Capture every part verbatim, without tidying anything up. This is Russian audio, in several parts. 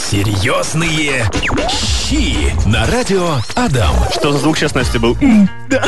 Серьезные щи на радио Адам. Что за звук сейчас, Настя, был? Да.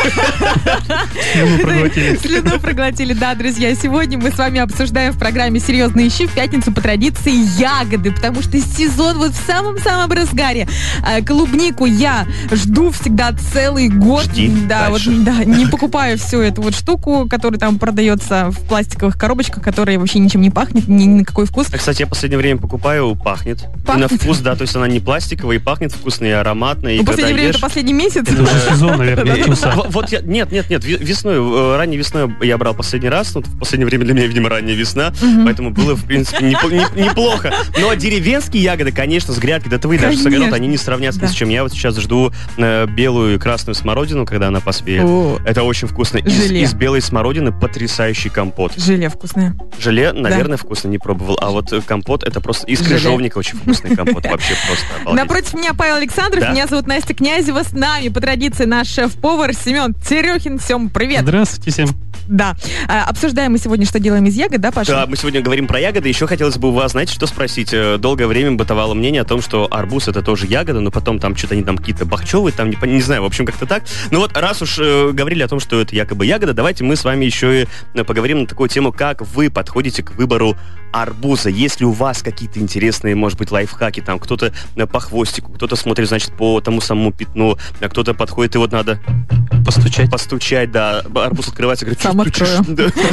Слюну проглотили. Слюну проглотили, да, друзья. Сегодня мы с вами обсуждаем в программе «Серьезные щи» в пятницу по традиции ягоды, потому что сезон вот в самом-самом разгаре. Клубнику я жду всегда целый год. Жди да, вот, да, не покупаю всю эту вот штуку, которая там продается в пластиковых коробочках, которая вообще ничем не пахнет, ни, ни на какой вкус. А, кстати, я в последнее время покупаю, пахнет. Пахнет. И на вкус, да, то есть она не пластиковая, и пахнет вкусно, и ароматно. И В последнее время ешь... это последний месяц. Это уже сезон, наверное, начался. Вот я, нет, нет, нет, весной, ранней весной я брал последний раз, ну, в последнее время для меня, видимо, ранняя весна, угу. Поэтому было, в принципе, неплохо. Но деревенские ягоды, конечно, с грядки, да твои даже с огорода, они не сравнятся ни с чем. Я вот сейчас жду белую и красную смородину, когда она поспеет. Это очень вкусно. Из белой смородины потрясающий компот. Желе вкусное. Желе, наверное, вкусно не пробовал, а вот компот, это просто из крыжовника очень вкусный компот, вообще просто обалдеть. Напротив меня Павел Александров, меня зовут Настя Князева, с нами по традиции наш шеф-повар Семен Терехин. Сем, привет! Здравствуйте всем! Да. А, обсуждаем мы сегодня, что делаем из ягод, да, Паша? Да, мы сегодня говорим про ягоды. Еще хотелось бы у вас, знаете, что спросить? Долгое время бытовало мнение о том, что арбуз это тоже ягода, но потом там что-то они там какие-то бахчевые, там не, не знаю, в общем, как-то так. Ну вот, раз уж э, говорили о том, что это якобы ягода, давайте мы с вами еще и поговорим на такую тему, как вы подходите к выбору арбуза. Есть ли у вас какие-то интересные, может быть, лайфхаки, там кто-то по хвостику, кто-то смотрит, значит, по тому самому пятну, а кто-то подходит, и вот надо постучать. Постучать, да. Арбуз открывается, говорит, сам открою.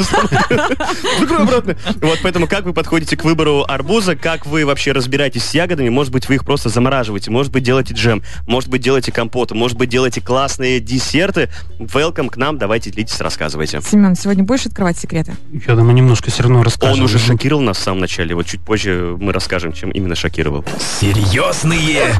Закрой обратно. Вот, поэтому как вы подходите к выбору арбуза, как вы вообще разбираетесь с ягодами, может быть, вы их просто замораживаете, может быть, делаете джем, может быть, делаете компоты, может быть, делаете классные десерты. Welcome к нам, давайте делитесь, рассказывайте. Семен, сегодня будешь открывать секреты? Я думаю, немножко все равно расскажем. Он уже шокировал нас в самом начале, вот чуть позже мы расскажем, чем именно шокировал. Серьезные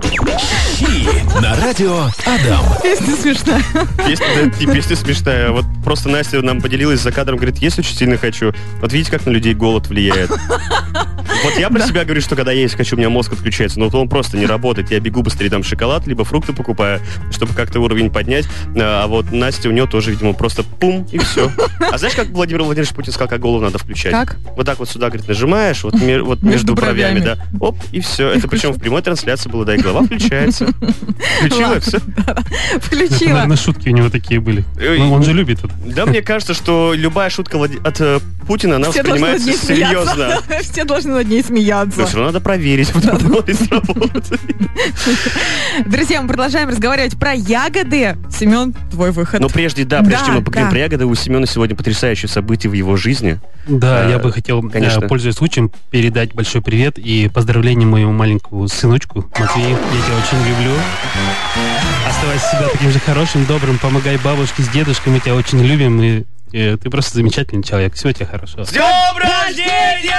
щи на радио Адам. Песня смешная. Песня, да, и песня смешная. Вот просто Настя нам поделилась за кадром, говорит, есть очень сильно хочу. Вот видите, как на людей голод влияет. Вот я про да. себя говорю, что когда я есть хочу, у меня мозг отключается, но вот он просто не работает. Я бегу быстрее там шоколад, либо фрукты покупаю, чтобы как-то уровень поднять. А вот Настя, у нее тоже, видимо, просто пум, и все. А знаешь, как Владимир Владимирович Путин сказал, как голову надо включать? Как? Вот так вот сюда, говорит, нажимаешь, вот, мер, вот между, между бровями, да. Оп, и все. Это причем в прямой трансляции было, да, и голова включается. Включила, все? Включила. Это, наверное, шутки у него такие были. Ну, он же любит это. Да, мне кажется, что любая шутка от э, Путина, она все воспринимается серьезно. Все должны над ней смеяться. Но все равно надо проверить, сработает. Друзья, мы продолжаем разговаривать про ягоды. Семен, твой выход. Но прежде, да, прежде да, чем мы поговорим да. про ягоды, у Семена сегодня потрясающее событие в его жизни. Да, а, я бы хотел, конечно. пользуясь случаем, передать большой привет и поздравление моему маленькому сыночку Матвею. Я тебя очень люблю. Оставайся всегда таким же хорошим, добрым, помогай бабушке с дедушкой, мы тебя очень любим, и, и ты просто замечательный человек. Всего тебе хорошо. С днем рождения!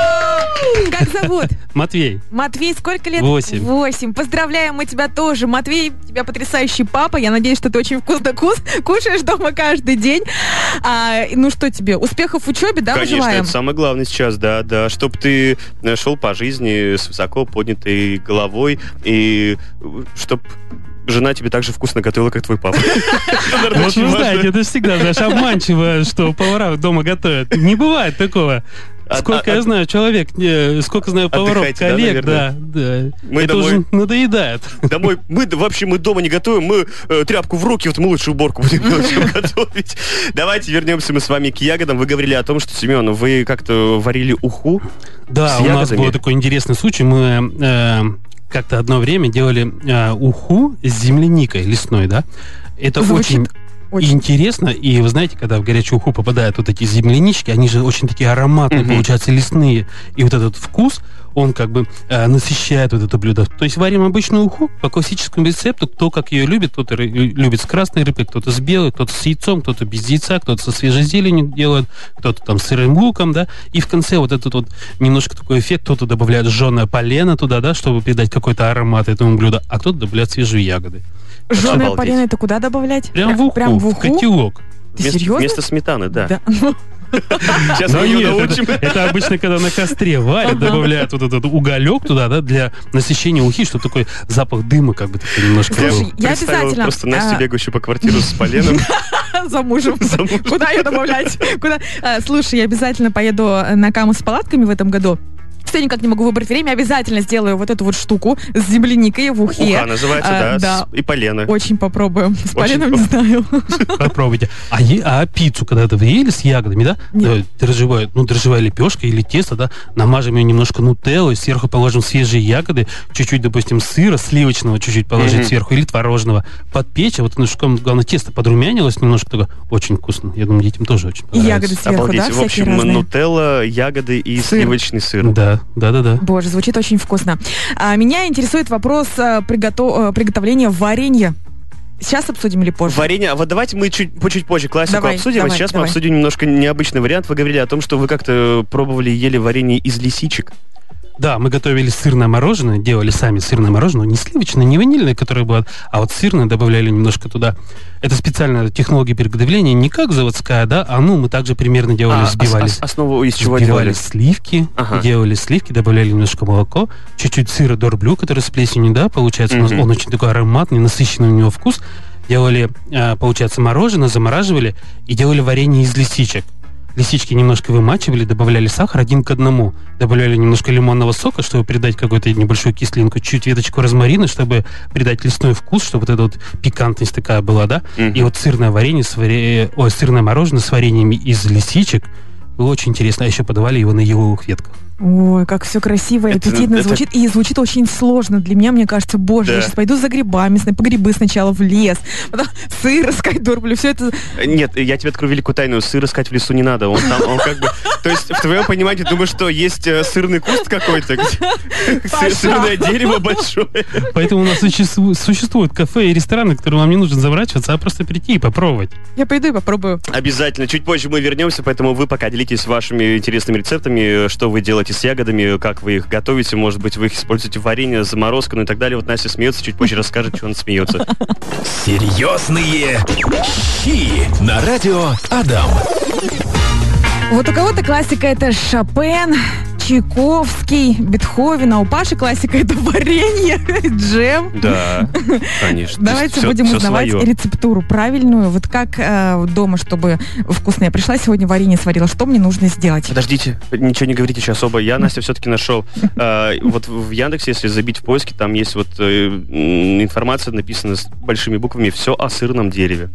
Как зовут? Матвей. Матвей, сколько лет? Восемь. Восемь. Поздравляем мы тебя тоже. Матвей, у тебя потрясающий папа. Я надеюсь, что ты очень вкусно кушаешь дома каждый день. А, ну что тебе, успехов в учебе, да, Конечно, желаем? это самое главное сейчас, да, да. Чтоб ты шел по жизни с высоко поднятой головой, и чтоб жена тебе так же вкусно готовила, как твой папа. Вот вы знаете, это всегда, знаешь, обманчиво, что повара дома готовят. Не бывает такого. Сколько я знаю человек, сколько знаю поваров, коллег, да, да. Это уже надоедает. Домой, мы вообще мы дома не готовим, мы тряпку в руки, вот мы лучше уборку будем делать, чем готовить. Давайте вернемся мы с вами к ягодам. Вы говорили о том, что, Семен, вы как-то варили уху. Да, у нас был такой интересный случай. Мы как-то одно время делали уху с земляникой лесной, да. Это очень... Очень. Интересно, и вы знаете, когда в горячую уху попадают вот эти землянички, они же очень такие ароматные, mm-hmm. получаются, лесные. И вот этот вкус, он как бы э, насыщает вот это блюдо. То есть варим обычную уху по классическому рецепту, кто как ее любит. Кто-то ры- любит с красной рыбой, кто-то с белой, кто-то с яйцом, кто-то без яйца, кто-то со свежей зеленью делает, кто-то там с сырым луком, да. И в конце вот этот вот немножко такой эффект, кто-то добавляет жженое полено туда, да, чтобы придать какой-то аромат этому блюду, а кто-то добавляет свежие ягоды. Жженое полено это куда добавлять? Прям в уху, Прям в, уху? в котелок. Ты вместо, серьезно? Вместо сметаны, да. да. Сейчас мы ее научим. Это, это обычно, когда на костре варят, ага. добавляют вот этот уголек туда, да, для насыщения ухи, чтобы такой запах дыма как бы такой немножко Слушай, был. я обязательно... просто Настю, бегающую по квартиру с поленом. За мужем. Куда ее добавлять? Слушай, я обязательно поеду на Каму с палатками в этом году. Все никак не могу выбрать время. Обязательно сделаю вот эту вот штуку с земляникой в ухе. Уха называется, а, да, да. С, и полено. Очень попробуем. С Очень поленом не знаю. Попробуйте. А, е, а пиццу когда-то вы ели с ягодами, да? Нет. Дрожжевая, ну, дрожжевая лепешка или тесто, да? Намажем ее немножко нутеллой, сверху положим свежие ягоды, чуть-чуть, допустим, сыра сливочного чуть-чуть положить mm-hmm. сверху или творожного. Подпечь, а вот, ну, главное, тесто подрумянилось немножко, такое очень вкусно. Я думаю, детям тоже очень понравится. И ягоды сверху, обалдеть. да, в общем, разные? нутелла, ягоды и сыр. Сливочный сыр. Да, да, да, да. Боже, звучит очень вкусно. А, меня интересует вопрос а, приготов... приготовления варенья. Сейчас обсудим или позже? Варенье. Вот давайте мы чуть, чуть позже классику давай, обсудим. Давай, а сейчас давай. мы обсудим немножко необычный вариант. Вы говорили о том, что вы как-то пробовали, ели варенье из лисичек. Да, мы готовили сырное мороженое, делали сами сырное мороженое, не сливочное, не ванильное, которое было, а вот сырное, добавляли немножко туда. Это специальная технология приготовления, не как заводская, да, а ну мы также примерно делали, а, взбивали. Ос- основу из чего взбивали делали? сливки, ага. делали сливки, добавляли немножко молоко, чуть-чуть сыра дорблю, который с плесенью, да, получается, mm-hmm. он очень такой ароматный, насыщенный у него вкус. Делали, получается, мороженое, замораживали и делали варенье из лисичек. Лисички немножко вымачивали, добавляли сахар один к одному, добавляли немножко лимонного сока, чтобы придать какую-то небольшую кислинку, чуть веточку розмарина, чтобы придать лесной вкус, чтобы вот эта вот пикантность такая была, да. Mm-hmm. И вот сырное варенье, с варе... Ой, сырное мороженое с вареньями из лисичек было очень интересно. А еще подавали его на еловых ветках. Ой, как все красиво и это, аппетитно это... звучит. И звучит очень сложно. Для меня, мне кажется, боже, да. я сейчас пойду за грибами, по грибы сначала в лес, потом сыр искать, дорблю, все это... Нет, я тебе открою великую тайну. Сыр искать в лесу не надо. Он там, он как бы... То есть, в твоем понимании, думаешь, что есть сырный куст какой-то? Сырное дерево большое. Поэтому у нас существуют кафе и рестораны, к которым вам не нужно заморачиваться, а просто прийти и попробовать. Я пойду и попробую. Обязательно. Чуть позже мы вернемся, поэтому вы пока делитесь вашими интересными рецептами, что вы делаете с ягодами, как вы их готовите, может быть, вы их используете в варенье, заморозку, ну и так далее. Вот Настя смеется, чуть позже расскажет, что он смеется. Серьезные щи на радио Адам. Вот у кого-то классика это Шопен, Чайковский, Бетховен, а у Паши классика это варенье, джем. Да, конечно. Давайте все, будем все узнавать свое. Рецептуру правильную. Вот как э, дома, чтобы вкусно. Я пришла сегодня, варенье сварила. Что мне нужно сделать? Подождите, ничего не говорите сейчас особо. Я, Настя, все-таки нашел. Э, вот в Яндексе, если забить в поиске, там есть вот э, информация написана с большими буквами «Все о сырном дереве».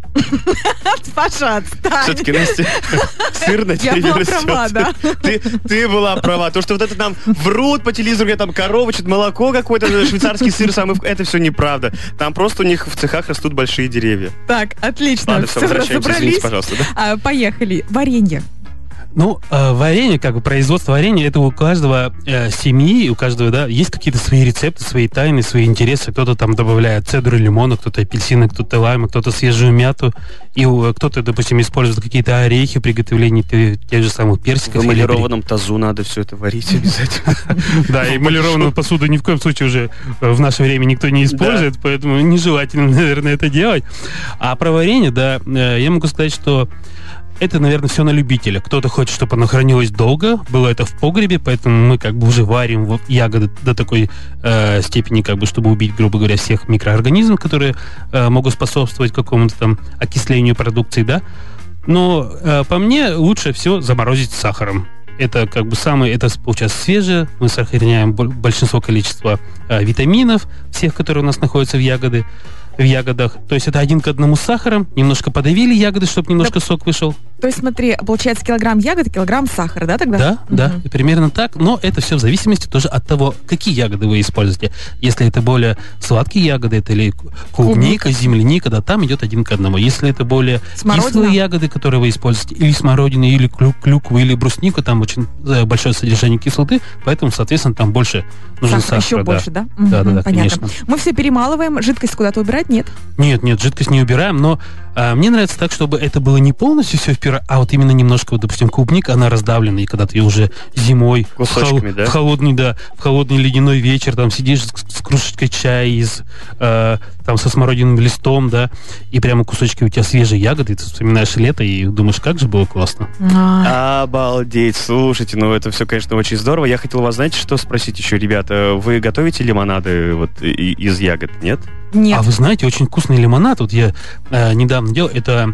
Паша, отстань. Все-таки, Настя, сыр на дереве растет. Я была права, да. Ты, ты была права. То, что вот это нам врут по телевизору, где там корова, что-то молоко какое-то, швейцарский сыр самый... Это все неправда. Там просто у них в цехах растут большие деревья. Так, отлично. Ладно, все, возвращаемся, извините, пожалуйста. Да? А, поехали. Варенье. Ну, э, варенье, как бы производство варенья, это у каждого э, семьи, у каждого, да, есть какие-то свои рецепты, свои тайны, свои интересы. Кто-то там добавляет цедру лимона, кто-то апельсины, кто-то лайма, кто-то свежую мяту. И э, кто-то, допустим, использует какие-то орехи в приготовлении тех же самых персиков. В эмалированном тазу надо все это варить обязательно. Да, эмалированную посуду ни в коем случае уже в наше время никто не использует, поэтому нежелательно, наверное, это делать. А про варенье, да, я могу сказать, что это, наверное, все на любителя. Кто-то хочет, чтобы оно хранилось долго, было это в погребе, поэтому мы как бы уже варим ягоды до такой э, степени, как бы, чтобы убить, грубо говоря, всех микроорганизмов, которые э, могут способствовать какому-то там окислению продукции, да. Но э, по мне лучше все заморозить с сахаром. Это как бы самое, это получается свежее, мы сохраняем большинство количества э, витаминов, всех, которые у нас находятся в ягоды. в ягодах. То есть это один к одному с сахаром. Немножко подавили ягоды, чтобы немножко да. сок вышел. То есть смотри, получается килограмм ягод, килограмм сахара, да, тогда? Да, угу. да, примерно так. Но это все в зависимости тоже от того, какие ягоды вы используете. Если это более сладкие ягоды, это или клубника, клубника. земляника, да, там идет один к одному. Если это более Смородина. кислые ягоды, которые вы используете, или смородина, или клю- клюкву, или брусника, там очень большое содержание кислоты, поэтому, соответственно, там больше нужен сахар. Еще да. больше, да? Да, угу, да, да, понятно. конечно. Мы все перемалываем, жидкость куда-то убирать, нет? Нет, нет, жидкость не убираем, но а, мне нравится так, чтобы это было не полностью все в пюре, а вот именно немножко, вот, допустим, клубника, она раздавлена, и когда ты ее уже зимой в, хол- да? в холодный, да, в холодный ледяной вечер, там сидишь с, с кружечкой чая из, э, там, со смородиновым листом, да, и прямо кусочки у тебя свежие ягоды, и ты вспоминаешь лето и думаешь, как же было классно. А-а-а. Обалдеть, слушайте, ну это все, конечно, очень здорово. Я хотел вас, знаете, что спросить еще, ребята, вы готовите лимонады вот из ягод, нет? Нет. А вы знаете, очень вкусный лимонад, вот я э, недавно делал, это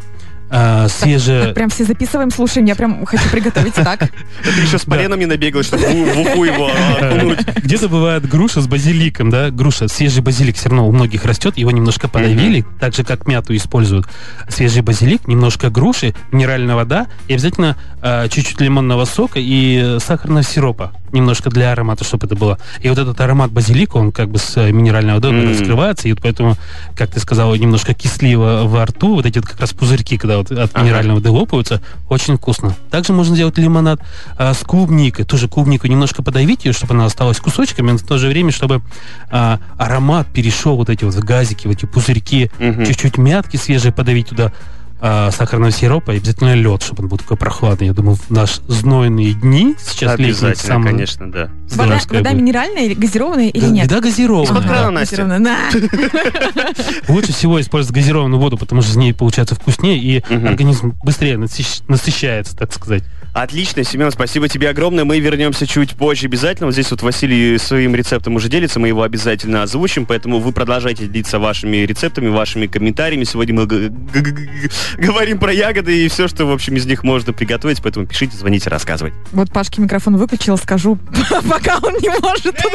а, свежее... Так, так, прям все записываем, слушаем, я прям хочу приготовить так. Ты еще с поленом не набегал, чтобы в уху его окунуть. Где-то бывает груша с базиликом, да, груша, свежий базилик все равно у многих растет, его немножко подавили, так же, как мяту используют. Свежий базилик, немножко груши, минеральная вода и обязательно э, чуть-чуть лимонного сока и сахарного сиропа. Немножко для аромата, чтобы это было. И вот этот аромат базилика, он как бы с минеральной водой mm-hmm. раскрывается, и вот поэтому, как ты сказала, немножко кисливо во рту, вот эти вот как раз пузырьки, когда вот от ага. минеральной воды лопаются, очень вкусно. Также можно сделать лимонад а, с клубникой. Тоже клубнику немножко подавить ее, чтобы она осталась кусочками, но в то же время, чтобы а, аромат перешел вот эти вот газики, вот эти пузырьки, mm-hmm. чуть-чуть мятки свежие подавить туда, сахарного сиропа и обязательно лед, чтобы он был такой прохладный. Я думаю, в наши знойные дни сейчас обязательно, самое... конечно, да. Вода, вода минеральная или газированная или да, нет? Вода газированная. Из-под крана, Настя. Лучше всего использовать газированную воду, потому что из ней получается вкуснее, и угу. организм быстрее насыщается, так сказать. Отлично, Семен, спасибо тебе огромное. Мы вернемся чуть позже обязательно. Вот здесь вот Василий своим рецептом уже делится, мы его обязательно озвучим, поэтому вы продолжайте делиться вашими рецептами, вашими комментариями. Сегодня мы говорим про ягоды и все, что, в общем, из них можно приготовить, поэтому пишите, звоните, рассказывайте. Вот Пашке микрофон выключил, скажу, пока он не может тут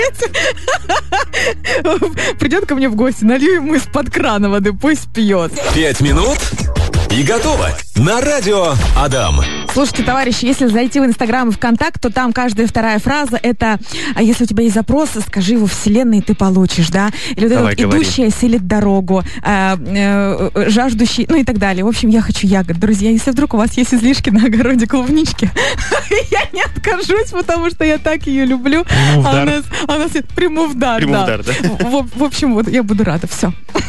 говорить. Придет ко мне в гости, налью ему из-под крана воды, пусть пьет. Пять минут и готово. На радио Адам. Слушайте, товарищи, если зайти в Инстаграм и ВКонтакт, то там каждая вторая фраза это «А если у тебя есть запросы, скажи его вселенной, ты получишь», да? Или вот это вот «идущая селит дорогу», э, э, «жаждущий», ну и так далее. В общем, я хочу ягод. Друзья, если вдруг у вас есть излишки на огороде клубнички, я не откажусь, потому что я так ее люблю. А у нас приму в дар. Приму в дар, да? В общем, вот я буду рада. Все.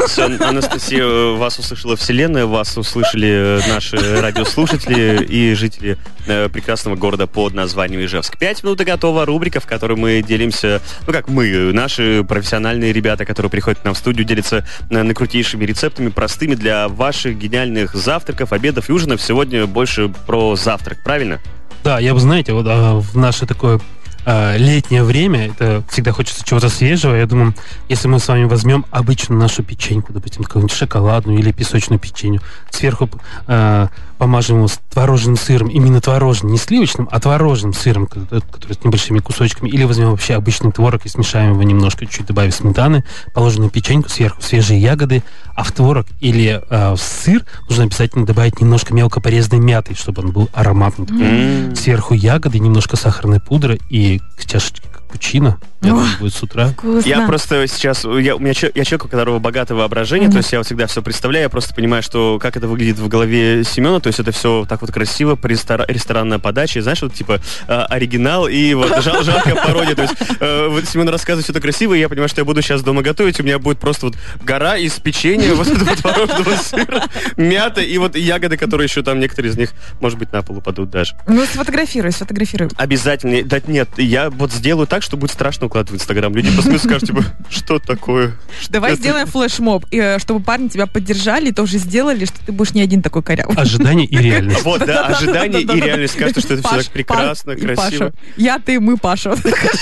Анастасия, вас услышала вселенная, вас услышали наши радиослушатели и жители прекрасного города под названием Ижевск. Пять минут и готова рубрика, в которой мы делимся, ну как мы, наши профессиональные ребята, которые приходят к нам в студию, делятся наикрутейшими рецептами, простыми для ваших гениальных завтраков, обедов и ужинов. Сегодня больше про завтрак, правильно? Да, я бы, знаете, вот а, в наше такое а, летнее время, это всегда хочется чего-то свежего. Я думаю, если мы с вами возьмем обычную нашу печеньку, допустим, какую-нибудь шоколадную или песочную печенью, сверху а, помажем его с творожным сыром, именно творожным, не сливочным, а творожным сыром, который, который с небольшими кусочками, или возьмем вообще обычный творог и смешаем его немножко, чуть добавив сметаны, положим на печеньку, сверху свежие ягоды, а в творог или э, в сыр нужно обязательно добавить немножко мелко порезанной мяты, чтобы он был ароматный. Mm. Сверху ягоды, немножко сахарной пудры и к чашечке капучино. Я думаю, будет с утра. Вкусно. Я просто сейчас, я, у меня я человек, у которого богатое воображение, mm-hmm. то есть я вот всегда все представляю, я просто понимаю, что как это выглядит в голове Семена, то есть это все так вот красиво, рестора, ресторанная подача, и, знаешь, вот типа э, оригинал и вот жал, жалкая пародия, то есть э, вот Семен рассказывает все это красиво, и я понимаю, что я буду сейчас дома готовить, у меня будет просто вот гора из печенья, вот этого творожного сыра, мята и вот ягоды, которые еще там, некоторые из них, может быть, на пол упадут даже. Ну, сфотографируй, сфотографируй. Обязательно. Да нет, я вот сделаю так, что будет страшно укладывать в Инстаграм. Люди посмотрят, скажут, типа, что такое? Давай это... сделаем флешмоб, чтобы парни тебя поддержали и тоже сделали, что ты будешь не один такой корявый. Ожидание и реальность. Вот, да, ожидание и реальность. Кажется, что это все так прекрасно, красиво. Я, ты, мы, Паша.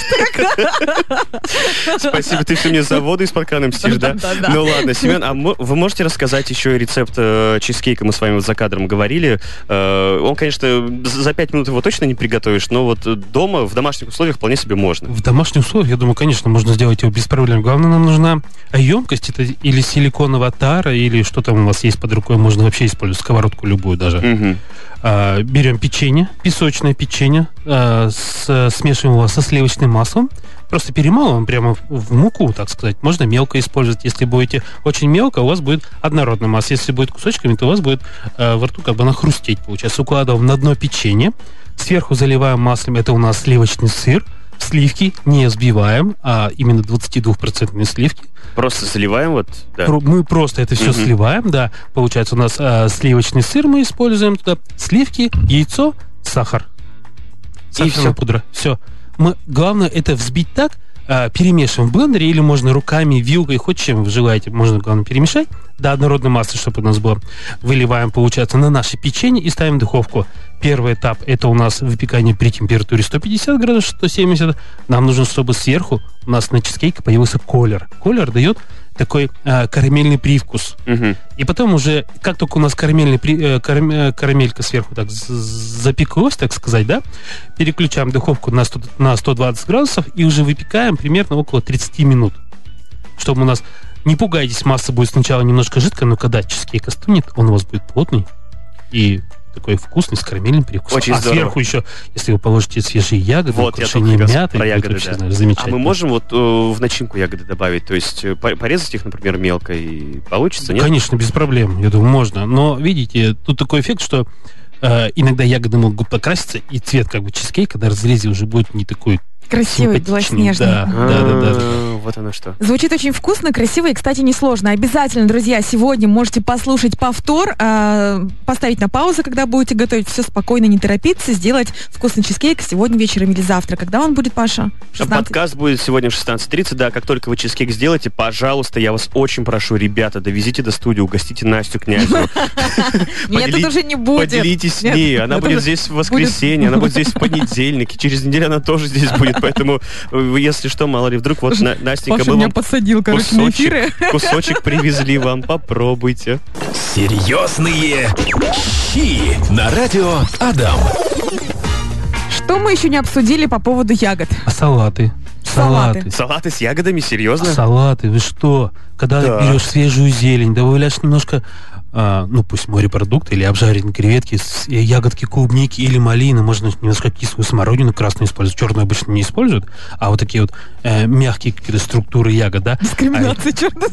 Спасибо, ты все мне за воду из-под крана мстишь, да? Ну ладно, Семен, а вы можете рассказать еще рецепт чизкейка? Мы с вами за кадром говорили. Он, конечно, за пять минут его точно не приготовишь, но вот дома, в домашних условиях вполне себе можно. В домашних условиях, я думаю, конечно, можно сделать его без проблем. Главное, нам нужна емкость, это или силиконовая тара, или что там у вас есть под рукой, можно вообще использовать, сковородку любую даже. Угу. А, берем печенье, песочное печенье, а, с, смешиваем его со сливочным маслом, просто перемалываем прямо в муку, так сказать. Можно мелко использовать. Если будете очень мелко, у вас будет однородная масса. Если будет кусочками, то у вас будет а, во рту как бы она хрустеть, получается. Укладываем на дно печенье, сверху заливаем маслом, это у нас сливочный сыр, сливки не взбиваем, а именно двадцатидвухпроцентные сливки. Просто заливаем вот? Да. Мы просто это все uh-huh. сливаем, да. Получается у нас а, сливочный сыр мы используем туда, сливки, яйцо, сахар. Сахарная пудра. Все. Мы, главное это взбить так, а, перемешиваем в блендере или можно руками, вилкой, хоть чем вы желаете, можно, главное, перемешать до однородной массы, чтобы у нас было. Выливаем, получается, на наше печенье и ставим в духовку. Первый этап – это у нас выпекание при температуре сто пятьдесят градусов, сто семьдесят. Нам нужно, чтобы сверху у нас на чизкейке появился колер. Колер дает такой э, карамельный привкус. Угу. И потом уже, как только у нас карамельный, э, карам, карамелька сверху так запеклась, так сказать, да, переключаем духовку на, сто, на сто двадцать градусов и уже выпекаем примерно около тридцать минут. Чтобы у нас, не пугайтесь, масса будет сначала немножко жидкая, но когда чизкейк остынет, он у вас будет плотный и такой вкусный, с карамельным привкусом. Очень а здорово. Сверху еще, если вы положите свежие ягоды, вот, украшение мяты, про ягоды, вообще, да. знаешь, замечательно. А мы можем вот э, в начинку ягоды добавить? То есть э, порезать их, например, мелко и получится, нет? Конечно, без проблем, я думаю, можно. Но, видите, тут такой эффект, что э, иногда ягоды могут покраситься, и цвет как бы чизкейка, когда разрезе уже будет не такой красивый, белоснежный. Да, да, да, да. Вот оно что. Звучит очень вкусно, красиво и, кстати, несложно. Обязательно, друзья, сегодня можете послушать повтор, э, поставить на паузу, когда будете готовить. Все спокойно, не торопиться, сделать вкусный чизкейк сегодня вечером или завтра. Когда он будет, Паша? шестнадцать Подкаст будет сегодня в шестнадцать тридцать. Да, как только вы чизкейк сделаете, пожалуйста, я вас очень прошу, ребята, довезите до студии, угостите Настю Князеву. Меня тут уже не будет. Поделитесь с ней. Она будет здесь в воскресенье, она будет здесь в понедельник. И через неделю она тоже здесь будет. Поэтому, если что, мало ли вдруг, вот Настенька, Паша мы меня вам посадил, короче, на эфиры. Кусочек привезли вам, попробуйте. Серьезные щи на радио Адам. Что мы еще не обсудили по поводу ягод? А салаты? Салаты. Салаты. Салаты с ягодами, серьезно? Салаты, вы что? Когда Да. берешь свежую зелень, добавляешь немножко, а, ну пусть морепродукты или обжаренные креветки, с- э, ягодки клубники или малины, можно немножко кислую смородину красную использовать, черную обычно не используют, а вот такие вот э, мягкие какие-то структуры ягод, да? Дискриминация, черт.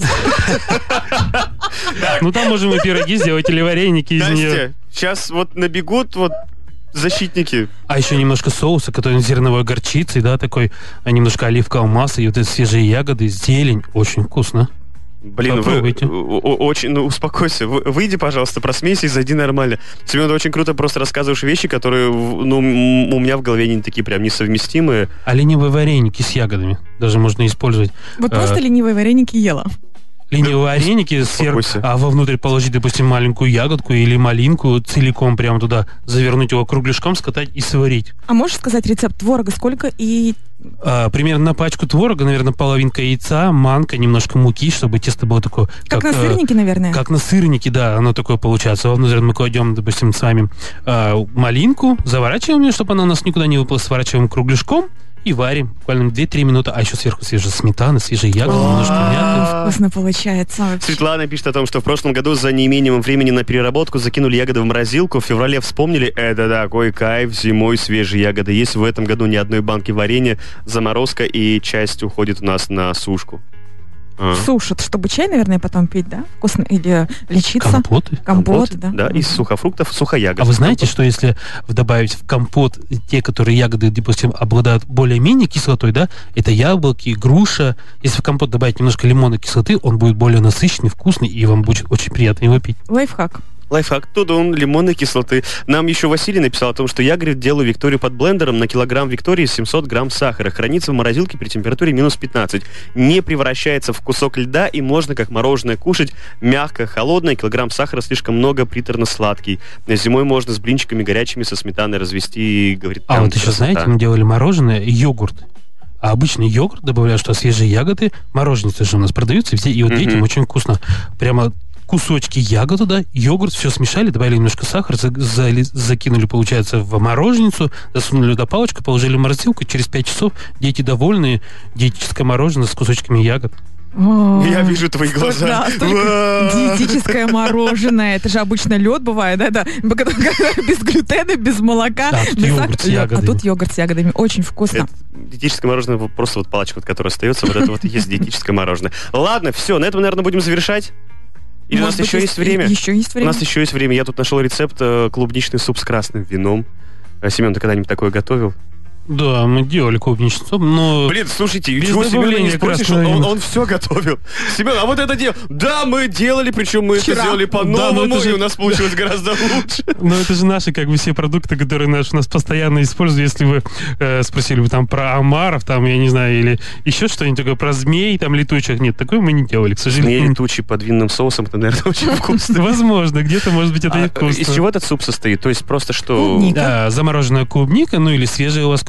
Ну там можем и пироги сделать или вареники из нее. Настя, сейчас вот набегут вот защитники. А еще немножко соуса, который зерновой горчицей, да, такой, а немножко оливкового масла, и вот эти свежие ягоды, зелень, очень вкусно. Блин, вы, Попробуйте. о- о- очень, ну успокойся, Вы- выйди, пожалуйста, просмейся и зайди нормально. Семен, ты очень круто просто рассказываешь вещи, которые, в- ну, м- у меня в голове не такие прям несовместимые. А ленивые вареники с ягодами даже можно использовать. Вот А, просто ленивые вареники ела. Ленивые вареники, сверху, успокойся. а вовнутрь положить, допустим, маленькую ягодку или малинку целиком прямо туда, завернуть его кругляшком, скатать и сварить. А можешь сказать рецепт творога сколько и... А, примерно на пачку творога, наверное, половинка яйца, манка, немножко муки, чтобы тесто было такое... Как, на э, сырнике, наверное? Как на сырнике, да, оно такое получается. Вовнутрь мы кладем, допустим, с вами э, малинку, заворачиваем ее, чтобы она у нас никуда не выпала, сворачиваем кругляшком и варим буквально две-три минуты. А еще сверху свежая сметана, свежие ягоды, немножко мяты. Вкусно получается. вообще. Светлана пишет о том, что в прошлом году за неимением времени на переработку закинули ягоды в морозилку. В феврале вспомнили, это такой кайф, зимой свежие ягоды. Есть в этом году ни одной банки варенья, заморозка и часть уходит у нас на сушку. А. Сушат, чтобы чай, наверное, потом пить, да? Вкусно. Или лечиться. Компоты. Компот, да. Да, из сухофруктов, сухоягод. А вы знаете, что если добавить в компот те, которые ягоды, допустим, обладают более-менее кислотой, да, это яблоки, груша. Если в компот добавить немножко лимонной кислоты, он будет более насыщенный, вкусный, и вам будет очень приятно его пить. Лайфхак. Лайфхак, тудун, лимонной кислоты. Нам еще Василий написал о том, что я, говорит, делаю Викторию под блендером. На килограмм Виктории семьсот грамм сахара. Хранится в морозилке при температуре минус пятнадцать. Не превращается в кусок льда и можно как мороженое кушать. Мягко, холодное. Килограмм сахара слишком много, приторно-сладкий. Зимой можно с блинчиками горячими со сметаной развести, говорит. А прям вот еще, красота. знаете, мы делали мороженое, йогурт. А обычный йогурт добавляют, что свежие ягоды, мороженицы же у нас продаются везде, и вот Мгм. детям очень вкусно. Прямо кусочки ягод туда, йогурт, все смешали, добавили немножко сахара, за- зали- закинули, получается, в мороженицу, засунули туда палочку, положили в морозилку, через пять часов дети довольные, диетическое мороженое с кусочками ягод. О, Я вижу твои столько- глаза. Да, столько Уа. диетическое мороженое. Это же обычно лед бывает, да, да. Без глютена, без молока. Да, тут без йогурт сахара. с ягодами. А тут йогурт с ягодами. Очень вкусно. Это диетическое мороженое, вот просто вот палочка, вот, которая остается, вот это вот и есть диетическое мороженое. Ладно, все, на этом, наверное, будем завершать. Или у нас Может быть, еще есть время? Еще есть У время. нас еще есть время. Я тут нашел рецепт э, клубничный суп с красным вином. Э, Семен, ты когда-нибудь такое готовил? Да, мы делали клубничный суп, но... Блин, слушайте, без чего Семена не добавления спросишь, красного он, вина. он все готовил. Семен, а вот это дело, да, мы делали, причем мы Вчера. это сделали Да, по-новому, но это же- и у нас получилось гораздо лучше. Но это же наши, как бы, все продукты, которые наши, у нас постоянно используют. Если вы э, спросили бы там про омаров, там, я не знаю, или еще что-нибудь такое, про змей, там, летучих, нет, такое мы не делали, к Змей сожалению. летучий под винным соусом, это, наверное, очень вкусно. Возможно, где-то, может быть, это А, и вкусно. из чего этот суп состоит? То есть просто что... Клубника. Да, замороженная клубника, ну или свежая у вас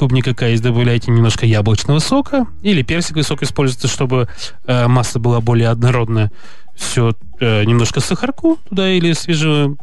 клубника К есть, добавляете немножко яблочного сока или персиковый сок используется, чтобы э, масса была более однородная. Все, э, немножко сахарку туда или свежего,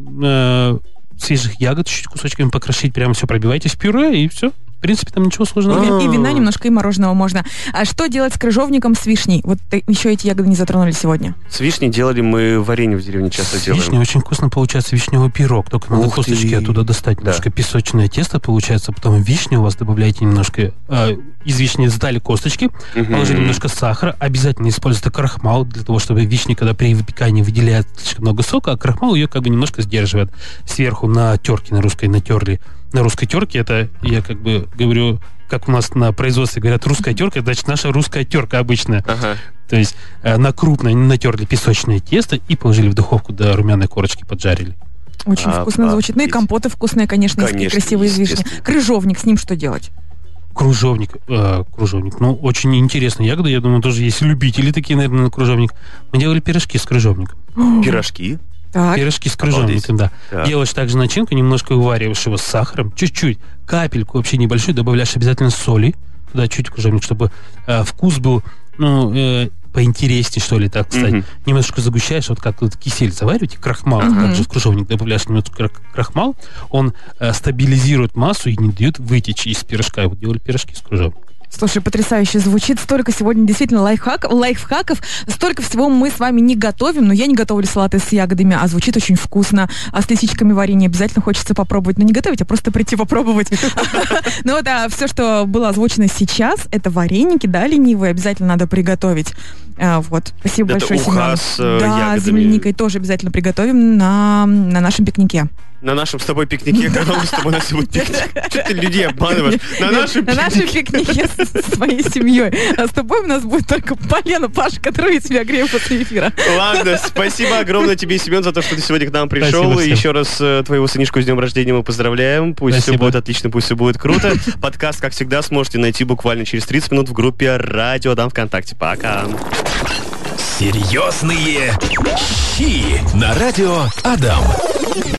э, свежих ягод чуть-чуть кусочками покрошить, прямо все пробивайте в пюре и все. В принципе, там ничего сложного. И, и вина немножко, и мороженого можно. А что делать с крыжовником, с вишней? Вот еще эти ягоды не затронули сегодня. С вишней делали мы варенье в деревне, часто с делаем. С вишней очень вкусно получается вишневый пирог. Только надо косточки оттуда достать. Да. Немножко песочное тесто получается. Потом вишню у вас добавляете немножко... Э, из вишни сдали косточки, угу. положили немножко сахара. Обязательно используйте крахмал, для того, чтобы вишня, когда при выпекании выделяет слишком много сока, а крахмал ее как бы немножко сдерживает. Сверху на терке, на русской натерли. На русской терке это, я как бы говорю, как у нас на производстве говорят, русская терка, значит, наша русская терка обычная. Ага. То есть э, на крупное натерли песочное тесто и положили в духовку до румяной корочки, поджарили. Очень а, вкусно а, звучит. Ну и компоты вкусные, конечно, конечно красивые из вишни. Крыжовник, с ним что делать? Кружовник, э, кружовник, ну, очень интересная ягода, я думаю, тоже есть любители такие, наверное, на кружовник. Мы делали пирожки с крыжовником. Пирожки? Так. Пирожки с крыжовником, да. Так. Делаешь также начинку, немножко увариваешь его с сахаром, чуть-чуть, капельку вообще небольшую, добавляешь обязательно соли, туда чуть крыжовник, чтобы э, вкус был, ну, э, поинтереснее, что ли, так сказать. Mm-hmm. Немножко загущаешь, вот как вот кисель завариваете, крахмал, mm-hmm. также в крыжовник добавляешь немножко крахмал, он э, стабилизирует массу и не дает вытечь из пирожка. И вот делали пирожки с крыжовником. Слушай, потрясающе звучит. Столько сегодня действительно лайфхак, лайфхаков. Столько всего мы с вами не готовим. Но я не готовлю салаты с ягодами, а звучит очень вкусно. А с лисичками варенье обязательно хочется попробовать. Но не готовить, а просто прийти попробовать. Ну вот, а все, что было озвучено сейчас, это вареники, да, ленивые, обязательно надо приготовить. Вот. Спасибо большое, Семен. Да, с земляникой тоже обязательно приготовим на нашем пикнике. На нашем с тобой пикнике, когда мы с тобой на сегодня пикник. Что ты людей обманываешь? На нашем пикнике. На нашем пикнике с твоей семьей. А с тобой у нас будет только Полена, Паша, которые тебя греют после эфира. Ладно, спасибо огромное тебе, Семен, за то, что ты сегодня к нам пришел. И еще раз твоего сынишку с днем рождения мы поздравляем. Пусть все будет отлично, пусть все будет круто. Подкаст, как всегда, сможете найти буквально через тридцать минут в группе Радио Адам ВКонтакте. Пока. Серьезные щи на Радио Адам.